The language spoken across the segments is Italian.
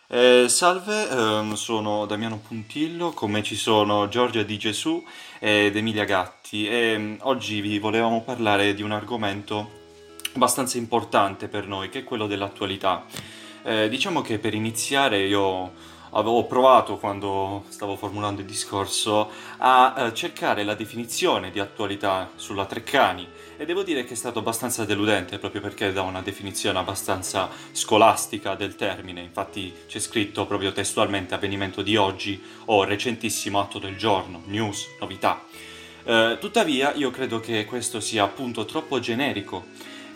Salve, sono Damiano Puntillo, come ci sono Giorgia Di Gesù ed Emilia Gatti e oggi vi volevamo parlare di un argomento abbastanza importante per noi, che è quello dell'attualità. Diciamo che per iniziare io avevo provato, quando stavo formulando il discorso, a cercare la definizione di attualità sulla Treccani e devo dire che è stato abbastanza deludente proprio perché dà una definizione abbastanza scolastica del termine. Infatti c'è scritto proprio testualmente avvenimento di oggi o recentissimo atto del giorno, news, novità. Tuttavia io credo che questo sia appunto troppo generico.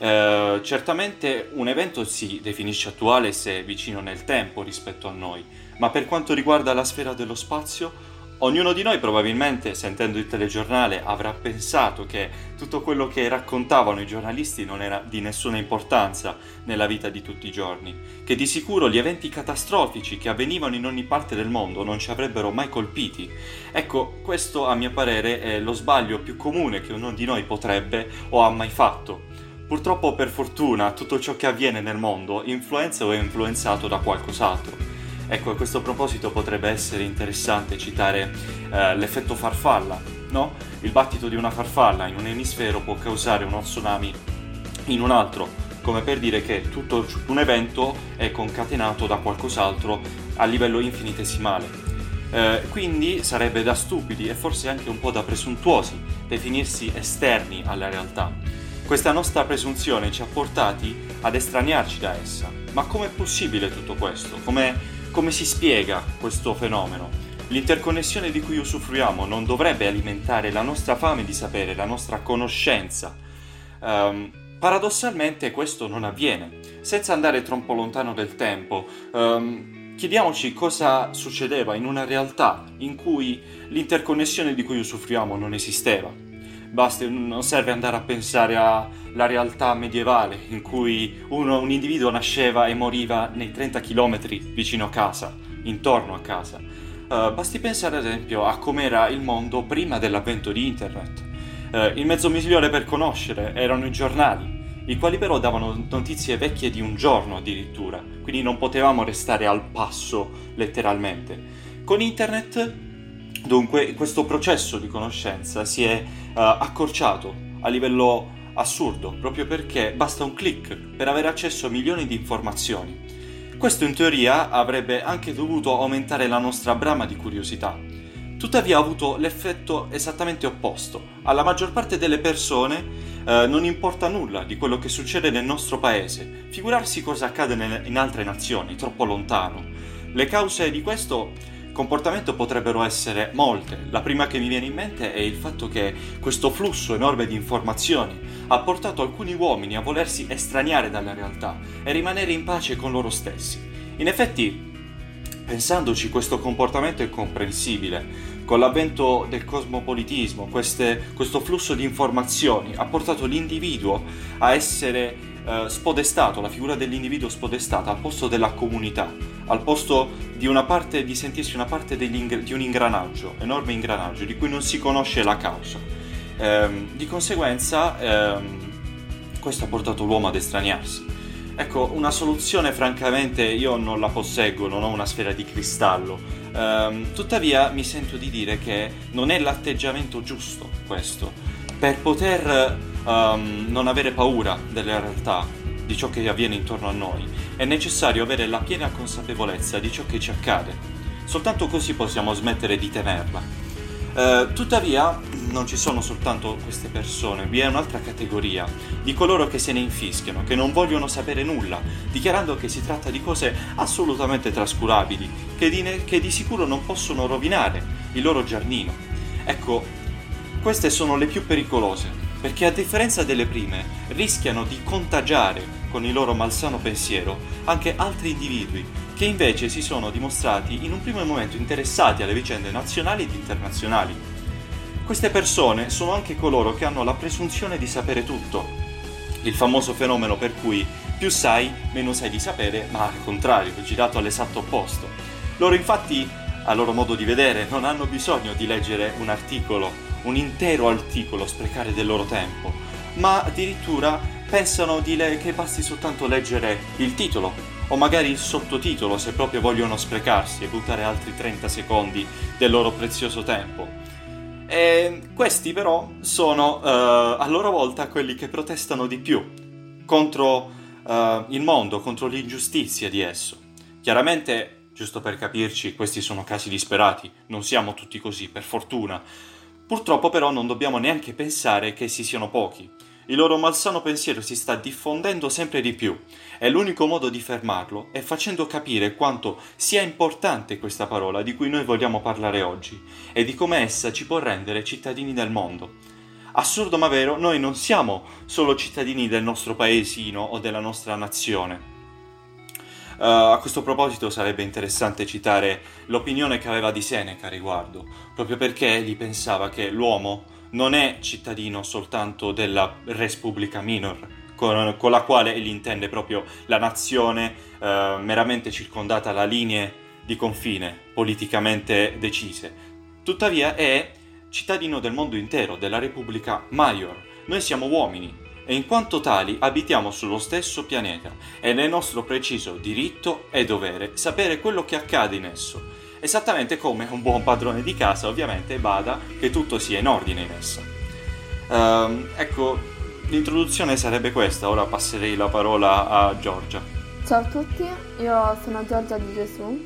Certamente un evento si definisce attuale se è vicino nel tempo rispetto a noi, ma per quanto riguarda la sfera dello spazio, ognuno di noi probabilmente, sentendo il telegiornale, avrà pensato che tutto quello che raccontavano i giornalisti non era di nessuna importanza nella vita di tutti i giorni, che di sicuro gli eventi catastrofici che avvenivano in ogni parte del mondo non ci avrebbero mai colpiti. Ecco, questo a mio parere è lo sbaglio più comune che ognuno di noi potrebbe o ha mai fatto. Purtroppo, per fortuna, tutto ciò che avviene nel mondo influenza o è influenzato da qualcos'altro. Ecco, a questo proposito potrebbe essere interessante citare l'effetto farfalla, no? Il battito di una farfalla in un emisfero può causare uno tsunami in un altro, come per dire che tutto un evento è concatenato da qualcos'altro a livello infinitesimale. Quindi sarebbe da stupidi e forse anche un po' da presuntuosi definirsi esterni alla realtà. Questa nostra presunzione ci ha portati ad estraniarci da essa. Ma com'è possibile tutto questo? Come si spiega questo fenomeno? L'interconnessione di cui usufruiamo non dovrebbe alimentare la nostra fame di sapere, la nostra conoscenza. Paradossalmente questo non avviene. Senza andare troppo lontano del tempo, chiediamoci cosa succedeva in una realtà in cui l'interconnessione di cui usufruiamo non esisteva. Non serve andare a pensare alla realtà medievale in cui un individuo nasceva e moriva nei 30 km vicino a casa, intorno a casa. Basti pensare ad esempio a com'era il mondo prima dell'avvento di internet. Il mezzo migliore per conoscere erano i giornali, i quali però davano notizie vecchie di un giorno addirittura, quindi non potevamo restare al passo letteralmente. Con internet, dunque, questo processo di conoscenza si è accorciato a livello assurdo, proprio perché basta un click per avere accesso a milioni di informazioni. Questo in teoria avrebbe anche dovuto aumentare la nostra brama di curiosità. Tuttavia ha avuto l'effetto esattamente opposto. Alla maggior parte delle persone non importa nulla di quello che succede nel nostro paese, figurarsi cosa accade in altre nazioni, troppo lontano. Le cause di questo comportamento potrebbero essere molte. La prima che mi viene in mente è il fatto che questo flusso enorme di informazioni ha portato alcuni uomini a volersi estraniare dalla realtà e rimanere in pace con loro stessi. In effetti, pensandoci, questo comportamento è comprensibile. Con l'avvento del cosmopolitismo, questo flusso di informazioni ha portato l'individuo a essere spodestato, la figura dell'individuo spodestata al posto della comunità, al posto di sentirsi una parte di un ingranaggio, enorme ingranaggio, di cui non si conosce la causa. Di conseguenza, questo ha portato l'uomo ad estraniarsi. Ecco, una soluzione francamente io non la posseggo, non ho una sfera di cristallo. Tuttavia mi sento di dire che non è l'atteggiamento giusto questo. Per poter non avere paura della realtà, di ciò che avviene intorno a noi, è necessario avere la piena consapevolezza di ciò che ci accade. Soltanto così possiamo smettere di temerla. Tuttavia non ci sono soltanto queste persone, vi è un'altra categoria di coloro che se ne infischiano, che non vogliono sapere nulla, dichiarando che si tratta di cose assolutamente trascurabili, che di sicuro non possono rovinare il loro giardino. Ecco, queste sono le più pericolose, perché a differenza delle prime rischiano di contagiare con il loro malsano pensiero anche altri individui che invece si sono dimostrati in un primo momento interessati alle vicende nazionali ed internazionali. Queste persone sono anche coloro che hanno la presunzione di sapere tutto, il famoso fenomeno per cui più sai, meno sai di sapere, ma al contrario, è girato all'esatto opposto. Loro infatti, a loro modo di vedere, non hanno bisogno di leggere un articolo, un intero articolo, sprecare del loro tempo, ma addirittura pensano che basti soltanto leggere il titolo o magari il sottotitolo se proprio vogliono sprecarsi e buttare altri 30 secondi del loro prezioso tempo. E questi però sono a loro volta quelli che protestano di più contro il mondo, contro l'ingiustizia di esso. Chiaramente, giusto per capirci, questi sono casi disperati, non siamo tutti così, per fortuna. Purtroppo però non dobbiamo neanche pensare che essi siano pochi. Il loro malsano pensiero si sta diffondendo sempre di più e l'unico modo di fermarlo è facendo capire quanto sia importante questa parola di cui noi vogliamo parlare oggi e di come essa ci può rendere cittadini del mondo. Assurdo ma vero, noi non siamo solo cittadini del nostro paesino o della nostra nazione. A questo proposito sarebbe interessante citare l'opinione che aveva di Seneca a riguardo, proprio perché egli pensava che l'uomo non è cittadino soltanto della res publica minor, con la quale egli intende proprio la nazione meramente circondata da linee di confine politicamente decise. Tuttavia è cittadino del mondo intero, della Repubblica Maior. Noi siamo uomini e in quanto tali abitiamo sullo stesso pianeta ed è nostro preciso diritto e dovere sapere quello che accade in esso, esattamente come un buon padrone di casa ovviamente bada che tutto sia in ordine in essa. Ecco, l'introduzione sarebbe questa, ora passerei la parola a Giorgia. Ciao a tutti, io sono Giorgia di Gesù.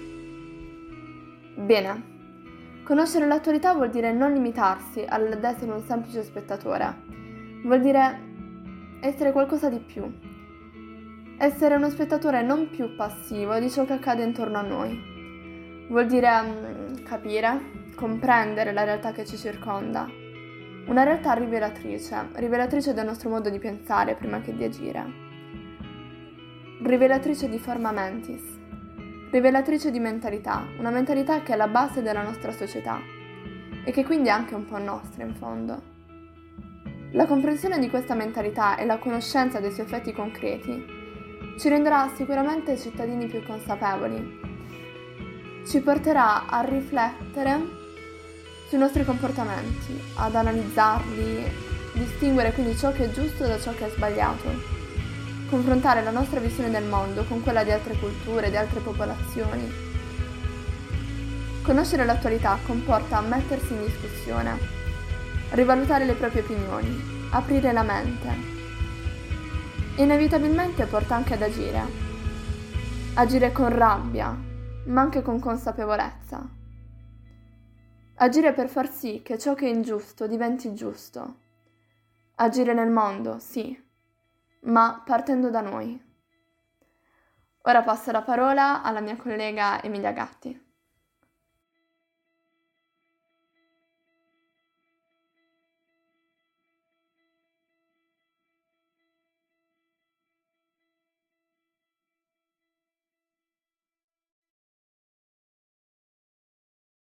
Bene, conoscere l'attualità vuol dire non limitarsi ad essere un semplice spettatore, vuol dire essere qualcosa di più, essere uno spettatore non più passivo di ciò che accade intorno a noi, vuol dire capire, comprendere la realtà che ci circonda, una realtà rivelatrice del nostro modo di pensare prima che di agire, rivelatrice di forma mentis, rivelatrice di mentalità, una mentalità che è la base della nostra società e che quindi è anche un po' nostra in fondo. La comprensione di questa mentalità e la conoscenza dei suoi effetti concreti ci renderà sicuramente cittadini più consapevoli, ci porterà a riflettere sui nostri comportamenti, ad analizzarli, distinguere quindi ciò che è giusto da ciò che è sbagliato, confrontare la nostra visione del mondo con quella di altre culture, di altre popolazioni. Conoscere l'attualità comporta mettersi in discussione, rivalutare le proprie opinioni, aprire la mente. Inevitabilmente porta anche ad agire. Agire con rabbia, ma anche con consapevolezza. Agire per far sì che ciò che è ingiusto diventi giusto. Agire nel mondo, sì, ma partendo da noi. Ora passo la parola alla mia collega Emilia Gatti.